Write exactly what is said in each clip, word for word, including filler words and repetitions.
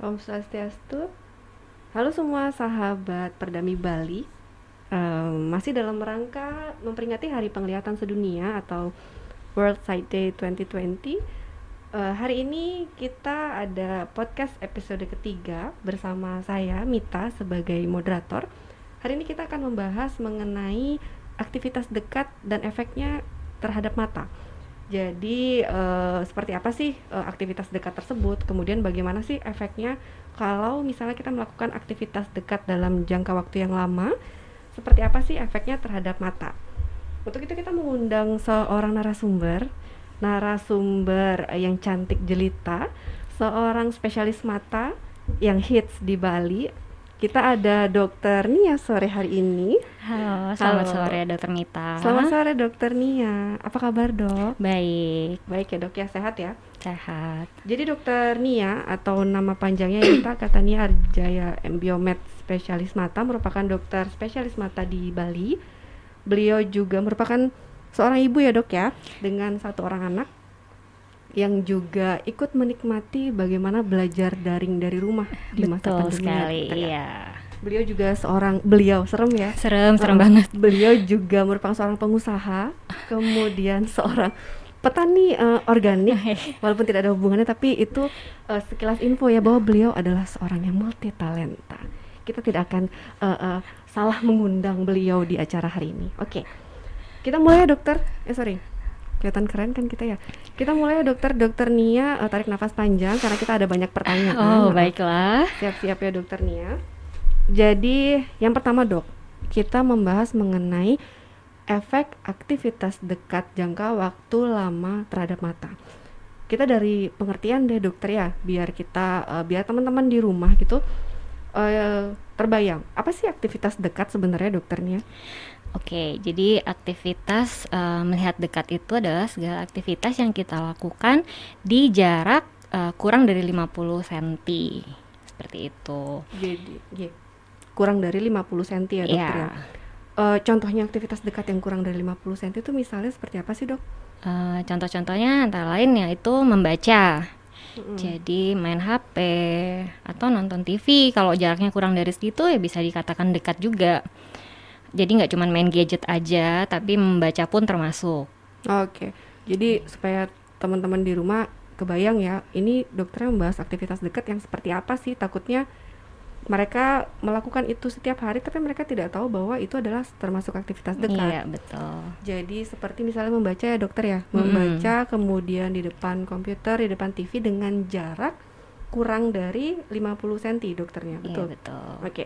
Om Swastiastu. Halo semua sahabat Perdami Bali. Em, masih dalam rangka memperingati Hari Penglihatan Sedunia atau World Sight Day dua ribu dua puluh. Eh, hari ini kita ada podcast episode ketiga bersama saya Mita sebagai moderator. Hari ini kita akan membahas mengenai aktivitas dekat dan efeknya terhadap mata. Jadi eh, seperti apa sih eh, aktivitas dekat tersebut? Kemudian bagaimana sih efeknya kalau misalnya kita melakukan aktivitas dekat dalam jangka waktu yang lama? Seperti apa sih efeknya terhadap mata? Untuk itu kita mengundang seorang narasumber, narasumber yang cantik jelita, seorang spesialis mata yang hits di Bali. Kita ada Dokter Nia sore hari ini. Halo, selamat Halo. sore Dokter Mita. Selamat sore Dokter Nia. Apa kabar Dok? Baik, Baik ya Dok ya, sehat ya. sehat. Jadi Dokter Nia atau nama panjangnya Yita Katania Arjaya M Biomed spesialis mata, merupakan dokter spesialis mata di Bali. Beliau juga merupakan seorang ibu ya Dok ya, dengan satu orang anak yang juga ikut menikmati bagaimana belajar daring dari rumah di masa Betul pandemi ya, sekali, Dokter, ya. iya. Beliau juga seorang beliau serem ya. Serem, serem Uh, banget. Beliau juga merupakan seorang pengusaha, kemudian seorang petani uh, organik, walaupun tidak ada hubungannya, tapi itu uh, sekilas info ya bahwa beliau adalah seorang yang multi talenta. Kita tidak akan uh, uh, salah mengundang beliau di acara hari ini. Oke, kita mulai ya dokter. Eh sorry, kelihatan keren kan kita ya. Kita mulai ya dokter. Dokter Nia, uh, tarik nafas panjang karena kita ada banyak pertanyaan. Oh, Nah, baiklah. siap-siap ya dokter Nia. Jadi yang pertama dok, kita membahas mengenai efek aktivitas dekat jangka waktu lama terhadap mata. Kita dari pengertian deh dokter ya, biar kita uh, biar teman-teman di rumah gitu uh, terbayang apa sih aktivitas dekat sebenarnya dokternya? Oke, jadi aktivitas eh, melihat dekat itu adalah segala aktivitas yang kita lakukan di jarak eh, kurang dari lima puluh sentimeter. Seperti itu. Jadi yeah, kurang dari lima puluh sentimeter ya dokter Iya. ya. Uh, contohnya aktivitas dekat yang kurang dari lima puluh sentimeter itu misalnya seperti apa sih dok? Eh, contoh-contohnya antara lain yaitu membaca. Mm-mm. Jadi main H P atau nonton T V, kalau jaraknya kurang dari segitu ya bisa dikatakan dekat juga. Jadi nggak cuma main gadget aja, tapi membaca pun termasuk. Oke, jadi supaya teman-teman di rumah kebayang ya, ini dokternya membahas aktivitas dekat yang seperti apa sih? Takutnya mereka melakukan itu setiap hari, tapi mereka tidak tahu bahwa itu adalah termasuk aktivitas dekat. Iya, betul. Jadi seperti misalnya membaca ya dokter ya, Mm-mm. membaca kemudian di depan komputer, di depan T V dengan jarak kurang dari lima puluh sentimeter dokternya, Iya, betul? betul. Oke.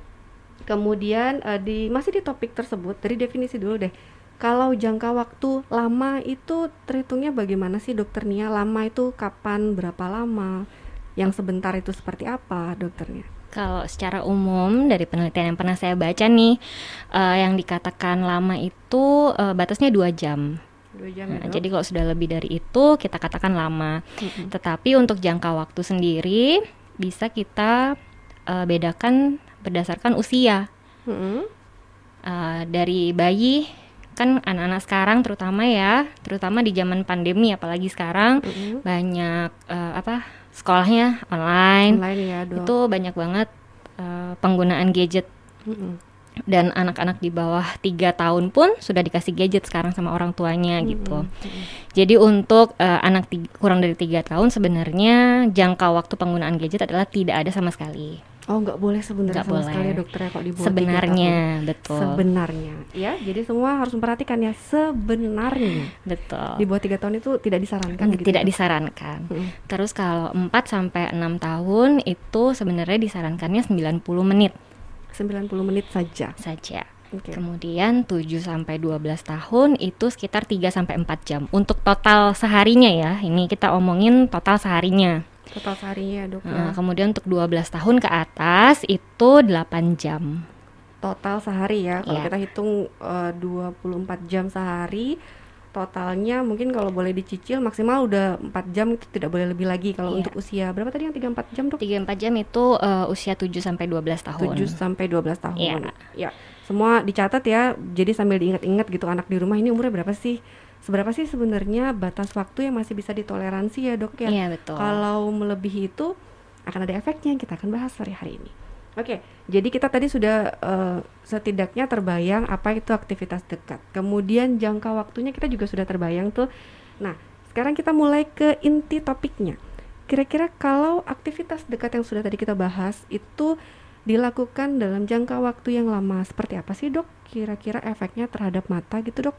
Kemudian eh, di masih di topik tersebut, dari definisi dulu deh. Kalau jangka waktu lama itu terhitungnya bagaimana sih dokter Nia? Lama itu kapan, berapa lama? Yang sebentar itu seperti apa dokternya? Kalau secara umum dari penelitian yang pernah saya baca nih, eh, yang dikatakan lama itu eh, batasnya dua jam. Dua jam Nah, ya dok? jadi kalau sudah lebih dari itu kita katakan lama. Mm-mm. Tetapi untuk jangka waktu sendiri bisa kita eh, bedakan berdasarkan usia. Mm-mm. Eh, dari bayi, kan anak-anak sekarang terutama ya, terutama di zaman pandemi apalagi sekarang Mm-mm. banyak eh, apa sekolahnya online. Online ya dok? Itu banyak banget eh, penggunaan gadget. Mm-mm. Dan anak-anak di bawah tiga tahun pun sudah dikasih gadget sekarang sama orang tuanya gitu. Mm-mm. Jadi untuk eh, anak tig- kurang dari tiga tahun sebenarnya jangka waktu penggunaan gadget adalah tidak ada sama sekali. Oh nggak boleh sebenarnya Nggak sama boleh. sekali ya dokter ya kalau di bawah tiga Sebenarnya, tahun. betul. Sebenarnya ya, jadi semua harus memperhatikan ya, sebenarnya Betul. di bawah tiga tahun itu tidak disarankan gitu Tidak ya, Dok? disarankan. Mm-mm. Terus kalau empat sampai enam tahun itu sebenarnya disarankannya sembilan puluh menit sembilan puluh menit saja. saja. Oke. Kemudian tujuh sampai dua belas tahun itu sekitar tiga sampai empat jam. Untuk total seharinya ya, ini kita omongin total seharinya. Total seharinya ya dok ya. Nah, kemudian untuk dua belas tahun ke atas itu delapan jam. Total sehari ya. Kalau Iya. kita hitung eh, dua puluh empat jam sehari, totalnya mungkin kalau boleh dicicil maksimal udah empat jam, itu tidak boleh lebih lagi. Kalau Iya. untuk usia berapa tadi yang tiga sampai empat jam dok? tiga sampai empat jam itu eh, usia tujuh sampai dua belas tahun. tujuh sampai dua belas tahun. Iya. Ya. Semua dicatat ya. Jadi sambil diingat-ingat gitu anak di rumah ini umurnya berapa sih? Seberapa sih sebenarnya batas waktu yang masih bisa ditoleransi ya dok ya? Iya, betul. Kalau melebihi itu akan ada efeknya yang kita akan bahas sore hari ini. Oke, jadi kita tadi sudah uh, setidaknya terbayang apa itu aktivitas dekat. Kemudian jangka waktunya kita juga sudah terbayang tuh. Nah, sekarang kita mulai ke inti topiknya. Kira-kira kalau aktivitas dekat yang sudah tadi kita bahas itu dilakukan dalam jangka waktu yang lama, seperti apa sih dok? Kira-kira efeknya terhadap mata gitu dok?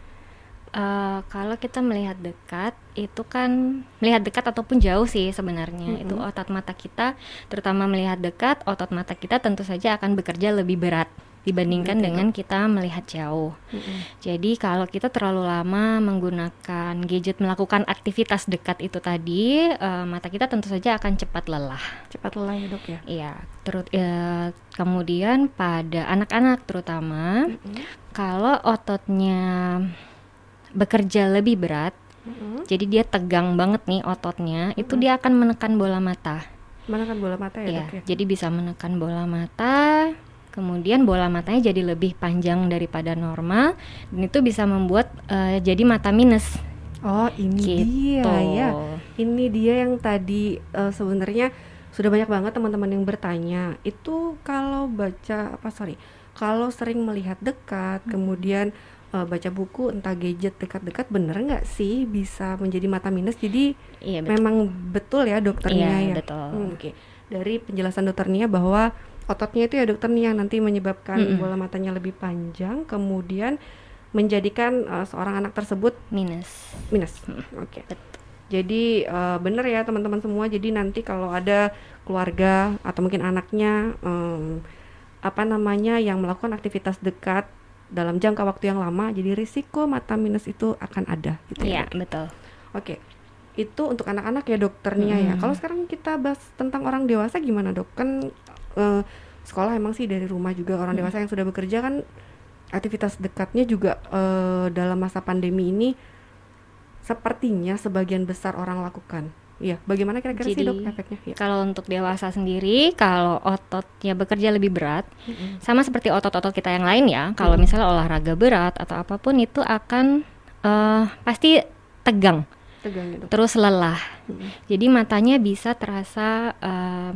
Uh, kalau kita melihat dekat, itu kan melihat dekat ataupun jauh sih sebenarnya. Mm-hmm. Itu otot mata kita, terutama melihat dekat, otot mata kita tentu saja akan bekerja lebih berat dibandingkan mm-hmm. dengan kita melihat jauh. Mm-hmm. Jadi kalau kita terlalu lama menggunakan gadget melakukan aktivitas dekat itu tadi, uh, mata kita tentu saja akan cepat lelah. Cepat lelah ya dok ya? Iya. Terus uh, kemudian pada anak-anak terutama, mm-hmm. kalau ototnya bekerja lebih berat, mm-hmm. jadi dia tegang banget nih ototnya, mm-hmm. itu dia akan menekan bola mata. Menekan bola mata ya, ya dok ya? Jadi bisa menekan bola mata, kemudian bola matanya jadi lebih panjang daripada normal, dan itu bisa membuat uh, jadi mata minus. Oh ini gitu. dia ya, ini dia yang tadi uh, sebenarnya sudah banyak banget teman-teman yang bertanya, itu kalau baca apa sorry, kalau sering melihat dekat, hmm. kemudian Uh, baca buku entah gadget dekat-dekat, bener nggak sih bisa menjadi mata minus? Jadi iya, betul. Memang betul ya dokternya iya, ya. Betul. Hmm, Oke. Okay. Dari penjelasan dokternya bahwa ototnya itu ya dokternya nanti menyebabkan mm-hmm. bola matanya lebih panjang, kemudian menjadikan uh, seorang anak tersebut minus. Minus. Mm. Oke. Okay. Jadi uh, bener ya teman-teman semua. Jadi nanti kalau ada keluarga atau mungkin anaknya um, apa namanya yang melakukan aktivitas dekat dalam jangka waktu yang lama, jadi risiko mata minus itu akan ada gitu ya. Iya, betul. Oke. Itu untuk anak-anak ya dokternya hmm. ya. Kalau sekarang kita bahas tentang orang dewasa gimana dok? Kan uh, sekolah emang sih dari rumah juga, orang hmm. dewasa yang sudah bekerja kan aktivitas dekatnya juga uh, dalam masa pandemi ini sepertinya sebagian besar orang lakukan. Iya, bagaimana kira-kira Jadi, sih dok efeknya? Ya. Kalau untuk dewasa sendiri, kalau ototnya bekerja lebih berat, mm-hmm. sama seperti otot-otot kita yang lain ya, kalau mm-hmm. misalnya olahraga berat atau apapun itu akan uh, pasti tegang, tegang ya, dok. Terus lelah. Mm-hmm. Jadi matanya bisa terasa uh,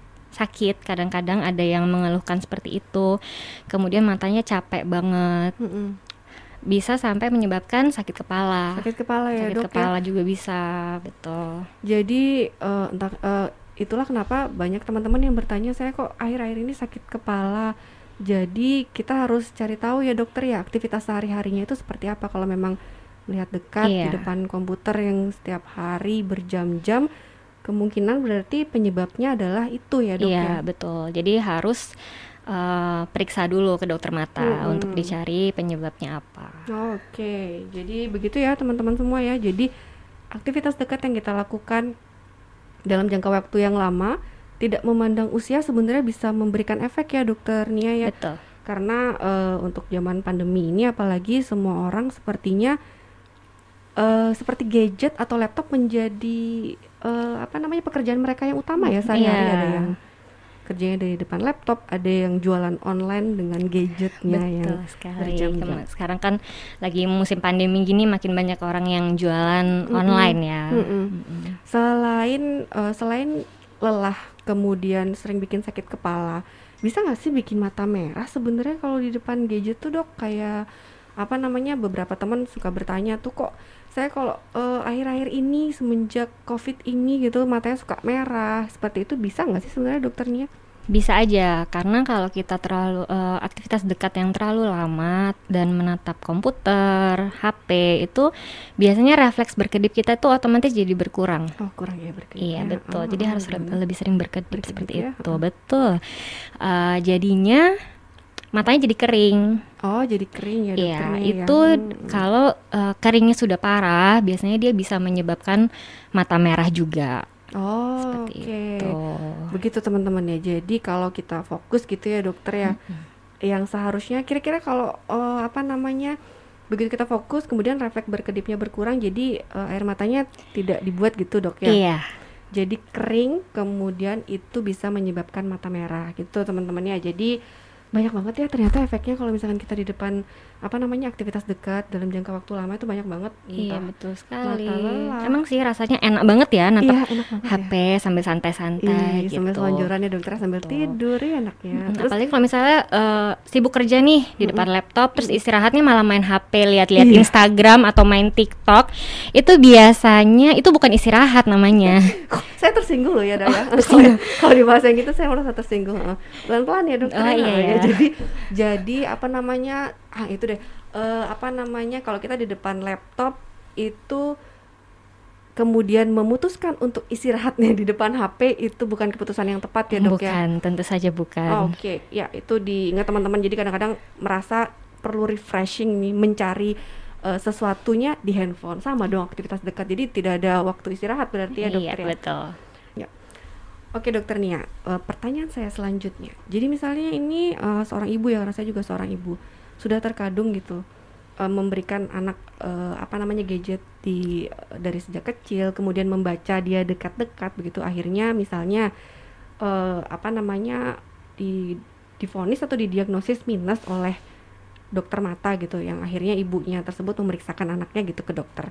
sakit, kadang-kadang ada yang mengeluhkan seperti itu, kemudian matanya capek banget. Mm-hmm. Bisa sampai menyebabkan sakit kepala. Sakit kepala ya, sakit dok. Sakit kepala ya? juga bisa, betul. Jadi uh, entah uh, itulah kenapa banyak teman-teman yang bertanya, saya kok akhir-akhir ini sakit kepala. Jadi kita harus cari tahu ya dokter ya, aktivitas sehari-harinya itu seperti apa. Kalau memang melihat dekat iya. di depan komputer yang setiap hari berjam-jam, kemungkinan berarti penyebabnya adalah itu ya dok. Iya, ya? betul. Jadi harus Uh, periksa dulu ke dokter mata hmm. untuk dicari penyebabnya apa. Oke, okay. Jadi begitu ya teman-teman semua ya. Jadi aktivitas dekat yang kita lakukan dalam jangka waktu yang lama, tidak memandang usia, sebenarnya bisa memberikan efek ya dokter Nia ya. Betul. Karena uh, untuk zaman pandemi ini apalagi semua orang sepertinya uh, seperti gadget atau laptop menjadi uh, apa namanya pekerjaan mereka yang utama ya sehari-hari. Yeah. Ada yang kerjanya dari depan laptop, ada yang jualan online dengan gadgetnya. Betul yang sekali. berjam-jam. Sekarang kan lagi musim pandemi gini, makin banyak orang yang jualan mm-hmm. online ya. Mm-hmm. Mm-hmm. Selain uh, selain lelah, kemudian sering bikin sakit kepala, bisa nggak sih bikin mata merah? Sebenarnya kalau di depan gadget tuh dok, kayak apa namanya, beberapa teman suka bertanya tuh, kok saya kalau uh, akhir-akhir ini semenjak COVID ini gitu matanya suka merah, seperti itu bisa nggak sih sebenarnya dokternya? Bisa aja, karena kalau kita terlalu uh, aktivitas dekat yang terlalu lama dan menatap komputer, H P, itu biasanya refleks berkedip kita tuh otomatis jadi berkurang. Oh, kurang ya berkedip. Iya, ya. betul. Oh, jadi oh, harus bener. lebih sering berkedip, berkedip seperti ya? itu. Oh. Betul. Uh, jadinya matanya jadi kering. Oh, jadi kering ya dokternya. Iya, itu ya. hmm. kalau uh, keringnya sudah parah, biasanya dia bisa menyebabkan mata merah juga. Oh, oke. Okay. Begitu teman-teman ya. Jadi kalau kita fokus gitu ya dokter ya, mm-hmm. yang seharusnya kira-kira kalau uh, apa namanya, begitu kita fokus kemudian refleks berkedipnya berkurang, jadi uh, air matanya tidak dibuat gitu dok ya. Iya. Jadi kering, kemudian itu bisa menyebabkan mata merah gitu teman-teman ya. Jadi Banyak banget ya ternyata efeknya kalau misalkan kita di depan apa namanya aktivitas dekat dalam jangka waktu lama itu banyak banget. Iya, Entah betul mata sekali. lelah. Emang sih rasanya enak banget ya natap Iya enak banget ya. H P sambil santai-santai Ih, sambil gitu. selonjoran ya dokter sambil Betul. tidur ya enaknya. Mm, Terus apalagi kalau misalnya eh, sibuk kerja nih di depan mm-mm, laptop, terus mm-mm. istirahatnya malah main H P, lihat-lihat Iya. Instagram atau main TikTok, itu biasanya itu bukan istirahat namanya. Saya tersinggung loh ya, Dak ya. Tersinggung. Kalau dibahas yang gitu saya merasa tersinggung. Heeh. Pelan-pelan ya dokter Oh ya. iya Nah, ya. ya. Jadi jadi apa namanya? Ah itu deh. Eh, apa namanya? Kalau kita di depan laptop itu kemudian memutuskan untuk istirahatnya di depan H P itu bukan keputusan yang tepat ya dok ya. Bukan, tentu saja Oh, bukan. Oke, ya itu diingat teman-teman. Jadi kadang-kadang merasa perlu refreshing nih, mencari eh, sesuatunya di handphone. Sama dong aktivitas dekat. Jadi tidak ada waktu istirahat berarti ya Iya, dokter ya. betul. Ya. Oke dokter Nia, eh, pertanyaan saya selanjutnya. Jadi misalnya ini eh, seorang ibu ya, karena saya juga seorang ibu, sudah terkadung gitu eh, memberikan anak eh, apa namanya gadget di eh, dari sejak kecil, kemudian membaca dia dekat-dekat begitu, akhirnya misalnya eh, apa namanya di divonis atau didiagnosis minus oleh dokter mata gitu, yang akhirnya ibunya tersebut memeriksakan anaknya gitu ke dokter.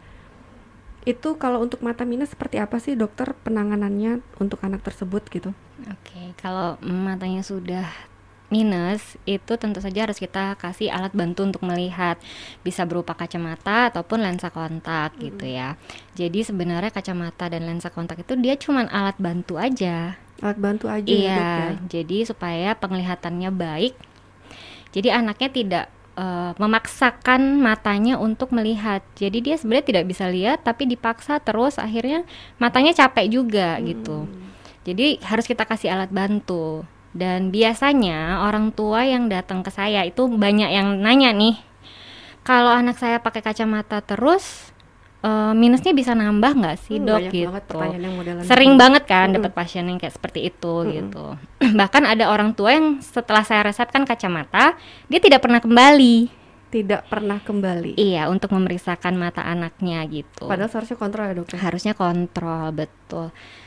Itu kalau untuk mata minus seperti apa sih dokter penanganannya untuk anak tersebut gitu? Oke, kalau matanya sudah minus, itu tentu saja harus kita kasih alat bantu untuk melihat. Bisa berupa kacamata ataupun lensa kontak gitu ya. Jadi sebenarnya kacamata dan lensa kontak itu dia cuman alat bantu aja. Alat bantu aja ya dok ya. Iya, jadi supaya penglihatannya baik. Jadi anaknya tidak eh, memaksakan matanya untuk melihat. Jadi dia sebenarnya tidak bisa lihat, tapi dipaksa terus, akhirnya matanya capek juga gitu. Jadi harus kita kasih alat bantu. Dan biasanya orang tua yang datang ke saya itu banyak yang nanya nih, kalau anak saya pakai kacamata terus, eh, minusnya bisa nambah nggak sih Hmm, dok banyak gitu. banget pertanyaan yang modelan Sering begini. banget kan Mm-mm. dapat pasien yang kayak seperti itu Mm-mm. gitu. Bahkan ada orang tua yang setelah saya resepkan kacamata, dia tidak pernah kembali. Tidak pernah kembali. Iya, untuk memeriksakan mata anaknya gitu. Padahal seharusnya kontrol ya dok ya. Harusnya kontrol, betul.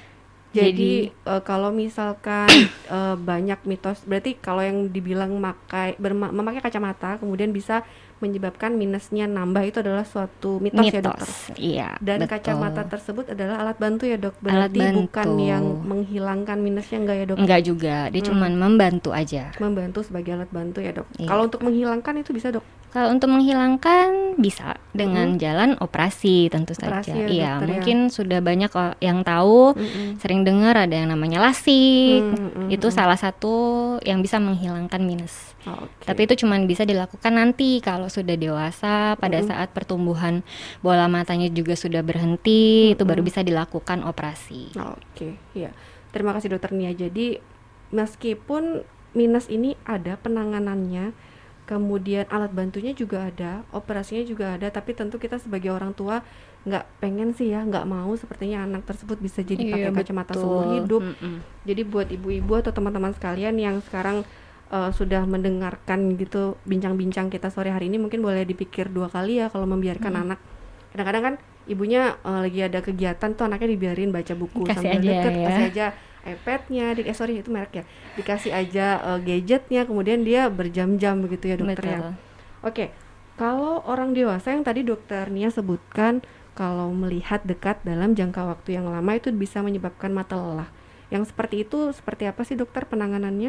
Jadi eh, kalau misalkan eh, banyak mitos, berarti kalau yang dibilang makai berma- memakai kacamata kemudian bisa menyebabkan minusnya nambah itu adalah suatu mitos, ya dokter. mitos, iya, Dan betul. kacamata tersebut adalah alat bantu ya dok. Alat Berarti bukan bantu. yang menghilangkan minusnya enggak ya dok? Enggak juga, dia Hmm. cuman membantu aja. Membantu sebagai alat bantu ya dok. Iya. Kalau untuk menghilangkan itu bisa dok? Kalau untuk menghilangkan bisa dengan jalan operasi tentu Operasi saja. ya, Iya, dokter ya. mungkin sudah banyak o- yang tahu, Mm-mm. sering dengar ada yang namanya lasik. Mm, mm, Itu mm. salah satu yang bisa menghilangkan minus. Oh, oke. Tapi itu cuman bisa dilakukan nanti kalau sudah dewasa, pada Mm-mm. saat pertumbuhan bola matanya juga sudah berhenti, itu baru Mm-mm. bisa dilakukan operasi. Oh, Oke, ya. Terima kasih dokter Nia. Jadi meskipun minus ini ada penanganannya, kemudian alat bantunya juga ada, operasinya juga ada, tapi tentu kita sebagai orang tua nggak pengen sih ya, nggak mau sepertinya anak tersebut bisa jadi pakai kacamata seumur hidup. Mm-mm. Jadi buat ibu-ibu atau teman-teman sekalian yang sekarang uh, sudah mendengarkan gitu bincang-bincang kita sore hari ini, mungkin boleh dipikir dua kali ya kalau membiarkan Hmm. anak. Kadang-kadang kan ibunya uh, lagi ada kegiatan tuh anaknya dibiarin baca buku Kasih sambil aja deket, ya. kasih aja iPad-nya, di, eh sorry itu merek ya, dikasih aja uh, gadgetnya, kemudian dia berjam-jam begitu ya dokter ya. Betul. Oke, kalau orang dewasa yang tadi dokter Nia sebutkan, kalau melihat dekat dalam jangka waktu yang lama itu bisa menyebabkan mata lelah. Yang seperti itu seperti apa sih dokter penanganannya?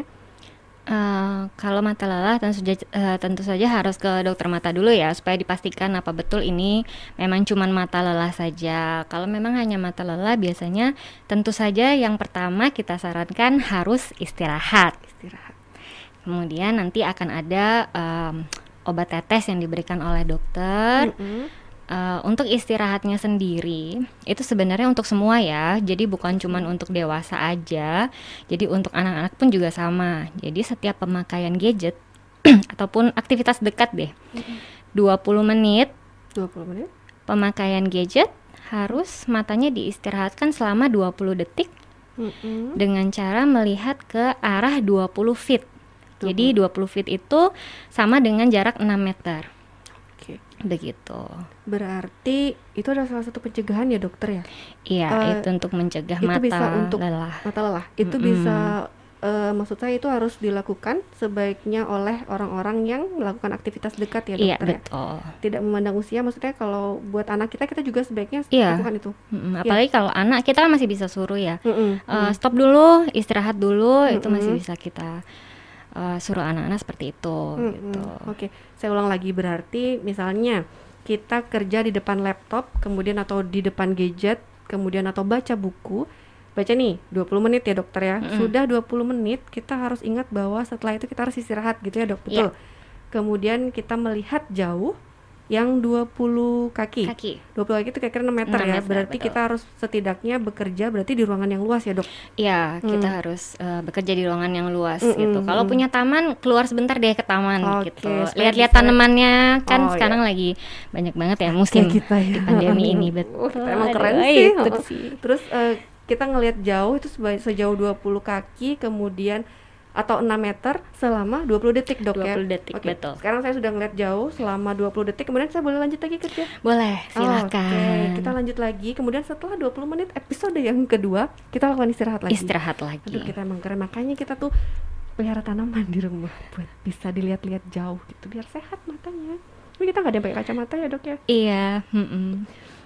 Eh, kalau mata lelah tentu saja, eh, tentu saja harus ke dokter mata dulu ya supaya dipastikan apa betul ini memang cuman mata lelah saja. Kalau memang hanya mata lelah, biasanya tentu saja yang pertama kita sarankan harus istirahat. Istirahat. Kemudian nanti akan ada em, obat tetes yang diberikan oleh dokter. Mm-mm. Uh, untuk istirahatnya sendiri itu sebenarnya untuk semua ya, jadi bukan cuman untuk dewasa aja, jadi untuk anak-anak pun juga sama. Jadi setiap pemakaian gadget ataupun aktivitas dekat deh, dua puluh menit dua puluh menit. pemakaian gadget harus matanya diistirahatkan selama dua puluh detik Mm-mm. dengan cara melihat ke arah dua puluh feet. Jadi dua puluh feet itu sama dengan jarak enam meter. Oke. Begitu. Berarti itu adalah salah satu pencegahan ya dokter ya? Iya, Eh, itu untuk mencegah itu mata bisa untuk lelah. mata lelah. Itu Mm-mm. bisa uh, maksud saya itu harus dilakukan sebaiknya oleh orang-orang yang melakukan aktivitas dekat ya Iya, dokter ya. betul. Tidak memandang usia, maksudnya kalau buat anak kita kita juga sebaiknya Iya. lakukan itu. Mm-mm, Ya. apalagi kalau anak kita kan masih bisa suruh ya. Mm-mm, Uh, mm-mm. stop dulu, istirahat dulu, itu masih Mm-mm. bisa kita uh, suruh anak-anak seperti itu Mm-mm. gitu. Oke, saya ulang lagi, berarti misalnya kita kerja di depan laptop, kemudian atau di depan gadget, kemudian atau baca buku, baca nih dua puluh menit ya dokter ya. Mm-mm. Sudah dua puluh menit kita harus ingat bahwa setelah itu kita harus istirahat gitu ya dok, betul. Kemudian kita melihat jauh yang dua puluh kaki. Kaki. dua puluh kaki itu kira-kira enam meter enam ya. meter, Berarti betul. kita harus setidaknya bekerja berarti di ruangan yang luas ya dok. Iya, kita Hmm. harus uh, bekerja di ruangan yang luas Mm-mm, gitu. Kalau mm-mm. punya taman, keluar sebentar deh ke taman Oke, gitu. supaya Lihat-lihat bisa- tanamannya, kan Oh, sekarang lagi banyak banget ya musim Kayak kita ya. di pandemi ini, Oh, betul. kita emang keren Aduh, sih. itu Oh. sih. Terus eh, kita ngelihat jauh itu seba- sejauh dua puluh kaki, kemudian atau enam meter selama dua puluh detik dok ya. dua puluh detik, Oke, betul. sekarang saya sudah ngelihat jauh selama dua puluh detik, kemudian saya boleh lanjut lagi kerja? Boleh, silakan. Oke, kita lanjut lagi. Kemudian setelah dua puluh menit episode yang kedua, kita lakukan istirahat lagi. Istirahat lagi. Aduh, kita emang keren. Makanya kita tuh pelihara tanaman di rumah buat bisa dilihat-lihat jauh gitu, biar sehat matanya. Tapi kita nggak ada yang pakai kacamata ya dok ya. Iya, mm-mm.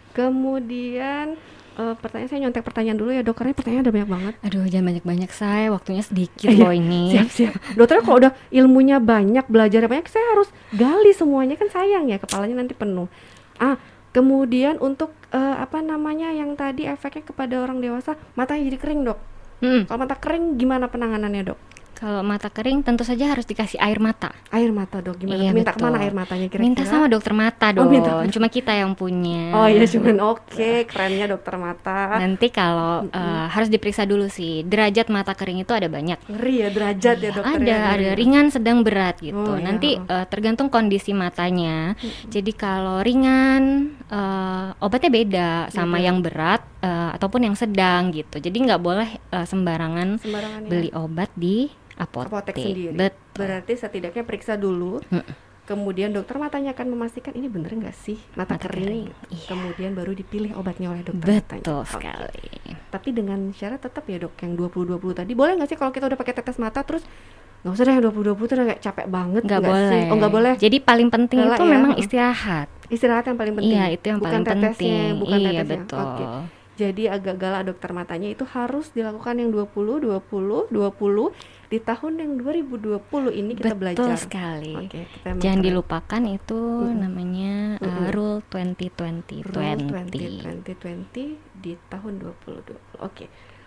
Kemudian eh, pertanyaan saya nyontek pertanyaan dulu ya dok, karena pertanyaan ada banyak banget. Aduh, jangan banyak-banyak, saya waktunya sedikit Iya, loh ini. Siap-siap. Dokternya kalau udah ilmunya banyak, belajar banyak, saya harus gali semuanya, kan sayang ya, kepalanya nanti penuh. Ah, kemudian untuk eh, apa namanya yang tadi efeknya kepada orang dewasa, matanya jadi kering dok. Mm. Kalau mata kering gimana penanganannya dok? Kalau mata kering tentu saja harus dikasih air mata. Air mata dok, gimana? Iya, Minta betul. kemana air matanya kira-kira? Minta sama dokter mata Oh, dong. minta- Cuma kita yang punya. Oh iya, cuman oke, kerennya dokter mata. Nanti kalau eh, harus diperiksa dulu sih, derajat mata kering itu ada banyak. Ngeri ya derajat ya dokter. Ada, ya, ada ngeri. ringan, sedang, berat gitu. Oh, iya, Nanti oh. eh, tergantung kondisi matanya. Jadi kalau ringan, eh, obatnya beda sama Beda. yang berat eh, ataupun yang sedang gitu. Jadi nggak boleh eh, sembarangan Sembarangan ya. beli obat di apotek. Apotek sendiri. Betul. Berarti setidaknya periksa dulu. Kemudian dokter matanya akan memastikan ini bener nggak sih mata, Mata kering. kering, iya. Kemudian baru dipilih obatnya oleh dokter matanya. Betul Oke. sekali. Tapi dengan syarat tetap ya dok, yang dua puluh dua puluh tadi boleh nggak sih kalau kita udah pakai tetes mata terus nggak usah deh yang dua puluh dua puluh tuh udah kayak capek banget Nggak sih? boleh. Oh nggak boleh. Jadi paling penting Rela itu ya, memang heeh. istirahat. Istirahat yang paling penting. Iya, itu yang bukan paling tetesnya, penting. bukan Iya, tetesnya. betul. Oke. Jadi agak galak dokter matanya itu harus dilakukan yang dua puluh dua puluh dua puluh di tahun yang dua ribu dua puluh ini kita Betul belajar. sekali. Oke, kita emang Jangan keren. dilupakan itu namanya uh, Mm-mm. rule twenty twenty Rule twenty. dua puluh dua puluh di tahun dua ribu dua puluh. Oke.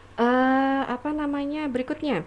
Eh, apa namanya berikutnya?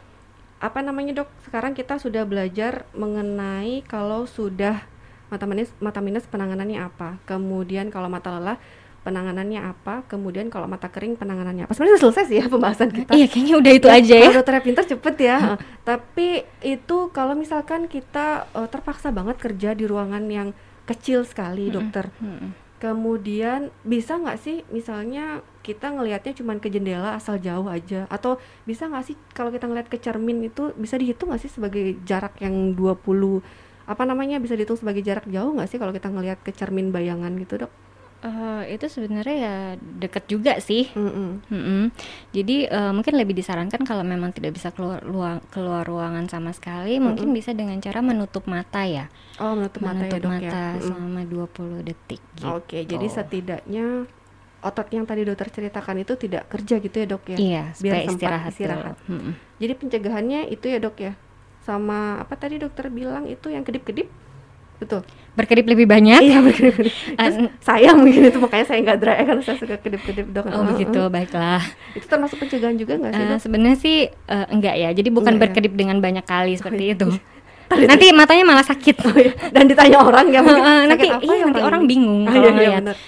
Apa namanya dok? Sekarang kita sudah belajar mengenai kalau sudah mata minus, mata minus penanganannya apa. Kemudian kalau mata lelah penanganannya apa. Kemudian kalau mata kering penanganannya apa. Sebenarnya sudah selesai sih ya pembahasan kita. Iya, kayaknya udah itu Ya, aja ya. kalau dokternya pintar cepet ya. Eh, Tapi itu kalau misalkan kita eh, terpaksa banget kerja di ruangan yang kecil sekali dokter. Mm-mm. Kemudian bisa nggak sih misalnya kita ngelihatnya cuman ke jendela asal jauh aja, atau bisa nggak sih kalau kita ngelihat ke cermin itu bisa dihitung nggak sih sebagai jarak yang dua puluh apa namanya bisa dihitung sebagai jarak jauh nggak sih kalau kita ngelihat ke cermin bayangan gitu dok? Eh, itu sebenarnya ya deket juga sih. Mm-mm. Mm-mm. Jadi eh, mungkin lebih disarankan kalau memang tidak bisa keluar luang, keluar ruangan sama sekali, mungkin bisa dengan cara menutup mata ya. Oh menutup mata ya Menutup dok mata ya. Mm-mm. selama dua puluh detik gitu. Oke, jadi setidaknya otot yang tadi dokter ceritakan itu tidak kerja gitu ya dok ya? Iya, Biar supaya sempat istirahat, istirahat. dulu. Mm-mm. Jadi pencegahannya itu ya dok ya, sama apa tadi dokter bilang itu yang kedip-kedip, betul? Berkedip lebih banyak. Iya berkedip-kedip. Terus Eh, sayang mungkin itu makanya saya nggak dry karena saya suka kedip-kedip dok. Oh begitu, baiklah. Itu termasuk pencegahan juga nggak sih Eh, dok? sebenarnya sih eh, enggak ya. Jadi bukan Enggak ya? berkedip dengan banyak kali seperti iya. itu. Nanti matanya malah sakit. Oh, iya. Dan ditanya orang ya mungkin Heeh, sakit nanti apa iya ya nanti orang ini? bingung Ah, kalau iya, iya, ngeliat. bener.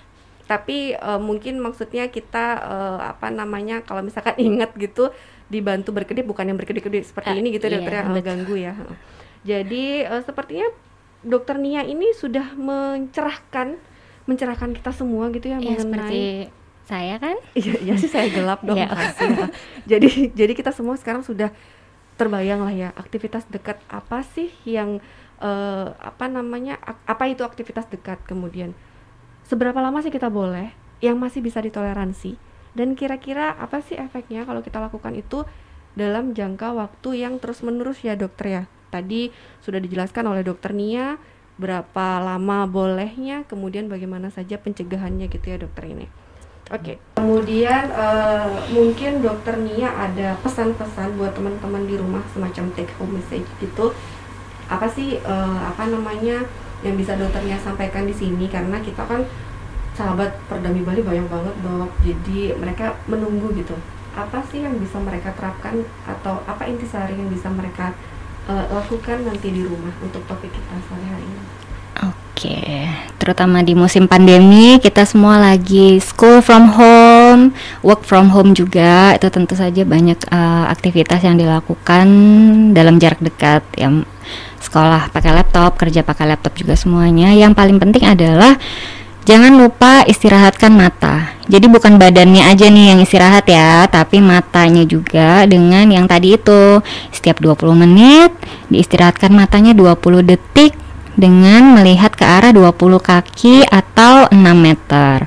Tapi eh, mungkin maksudnya kita eh, apa namanya kalau misalkan ingat gitu dibantu berkedip, bukan yang berkedip-kedip seperti Ah, ini gitu iya, dokter ya, eh, betul. ganggu ya. Heeh. Jadi eh, sepertinya dokter Nia ini sudah mencerahkan mencerahkan kita semua gitu ya, Ya mengenai seperti saya kan. iya iya sih saya gelap dong. Iya. makasih ya. Jadi jadi kita semua sekarang sudah terbayang lah ya aktivitas dekat apa sih yang eh, apa namanya ak- apa itu aktivitas dekat, kemudian seberapa lama sih kita boleh, yang masih bisa ditoleransi, dan kira-kira apa sih efeknya kalau kita lakukan itu dalam jangka waktu yang terus-menerus ya dokter ya. Tadi sudah dijelaskan oleh dokter Nia berapa lama bolehnya, kemudian bagaimana saja pencegahannya gitu ya dokter ini. Oke, okay. Kemudian uh, mungkin dokter Nia ada pesan-pesan buat teman-teman di rumah semacam take home message gitu. Apa sih uh, apa namanya yang bisa dokter Nia sampaikan di sini, karena kita kan sahabat Perdami Bali banyak banget dok, jadi mereka menunggu gitu. Apa sih yang bisa mereka terapkan atau apa intisari yang bisa mereka uh, lakukan nanti di rumah untuk topik kita sore hari ini? Oke, terutama di musim pandemi kita semua lagi school from home, work from home juga. Itu tentu saja banyak uh, aktivitas yang dilakukan dalam jarak dekat. Yang sekolah pakai laptop, kerja pakai laptop juga semuanya. Yang paling penting adalah jangan lupa istirahatkan mata. Jadi bukan badannya aja nih yang istirahat ya, tapi matanya juga dengan yang tadi itu. Setiap dua puluh menit diistirahatkan matanya dua puluh detik dengan melihat ke arah dua puluh kaki atau enam meter.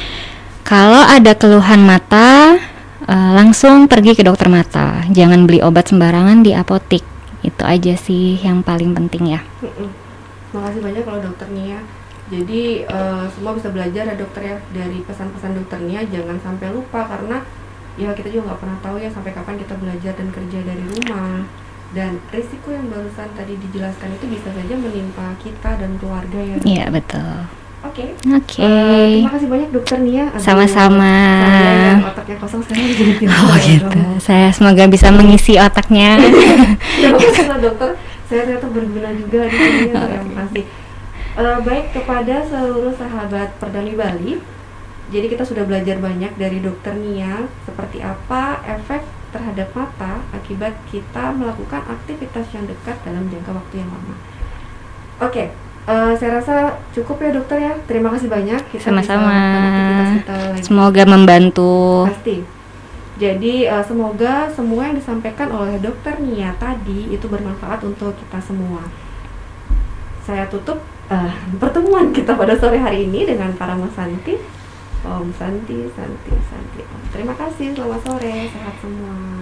Kalau ada keluhan mata, uh, langsung pergi ke dokter mata. Jangan beli obat sembarangan di apotik. Itu aja sih yang paling penting ya. Makasih banyak kalau dokter Nia. Jadi uh, semua bisa belajar ya dokter ya dari pesan-pesan dokter Nia. Jangan sampai lupa, karena ya kita juga nggak pernah tahu ya sampai kapan kita belajar dan kerja dari rumah. Dan risiko yang barusan tadi dijelaskan itu bisa saja menimpa kita dan keluarga ya. Iya betul. Oke. Okay. Oke. Okay. Uh, terima kasih banyak dokter Nia. Sama-sama. Saya otaknya kosong sekarang jadi oh gitu. Saya semoga bisa mengisi otaknya. Terima kasih dokter. Saya ternyata berguna juga di sini. Terima kasih. Uh, baik kepada seluruh sahabat Perdami Bali. Jadi kita sudah belajar banyak dari dokter Nia seperti apa efek terhadap mata akibat kita melakukan aktivitas yang dekat dalam jangka waktu yang lama. Oke, okay, uh, saya rasa cukup ya dokter ya. Terima kasih banyak. Kita sama-sama. Kita lagi. Semoga membantu. Pasti. Jadi uh, semoga semua yang disampaikan oleh dokter Nia tadi itu bermanfaat untuk kita semua. Saya tutup uh, pertemuan kita pada sore hari ini dengan para Mas Santi. Om Santi, Santi, Santi Om. Terima kasih, selamat sore, sehat semua.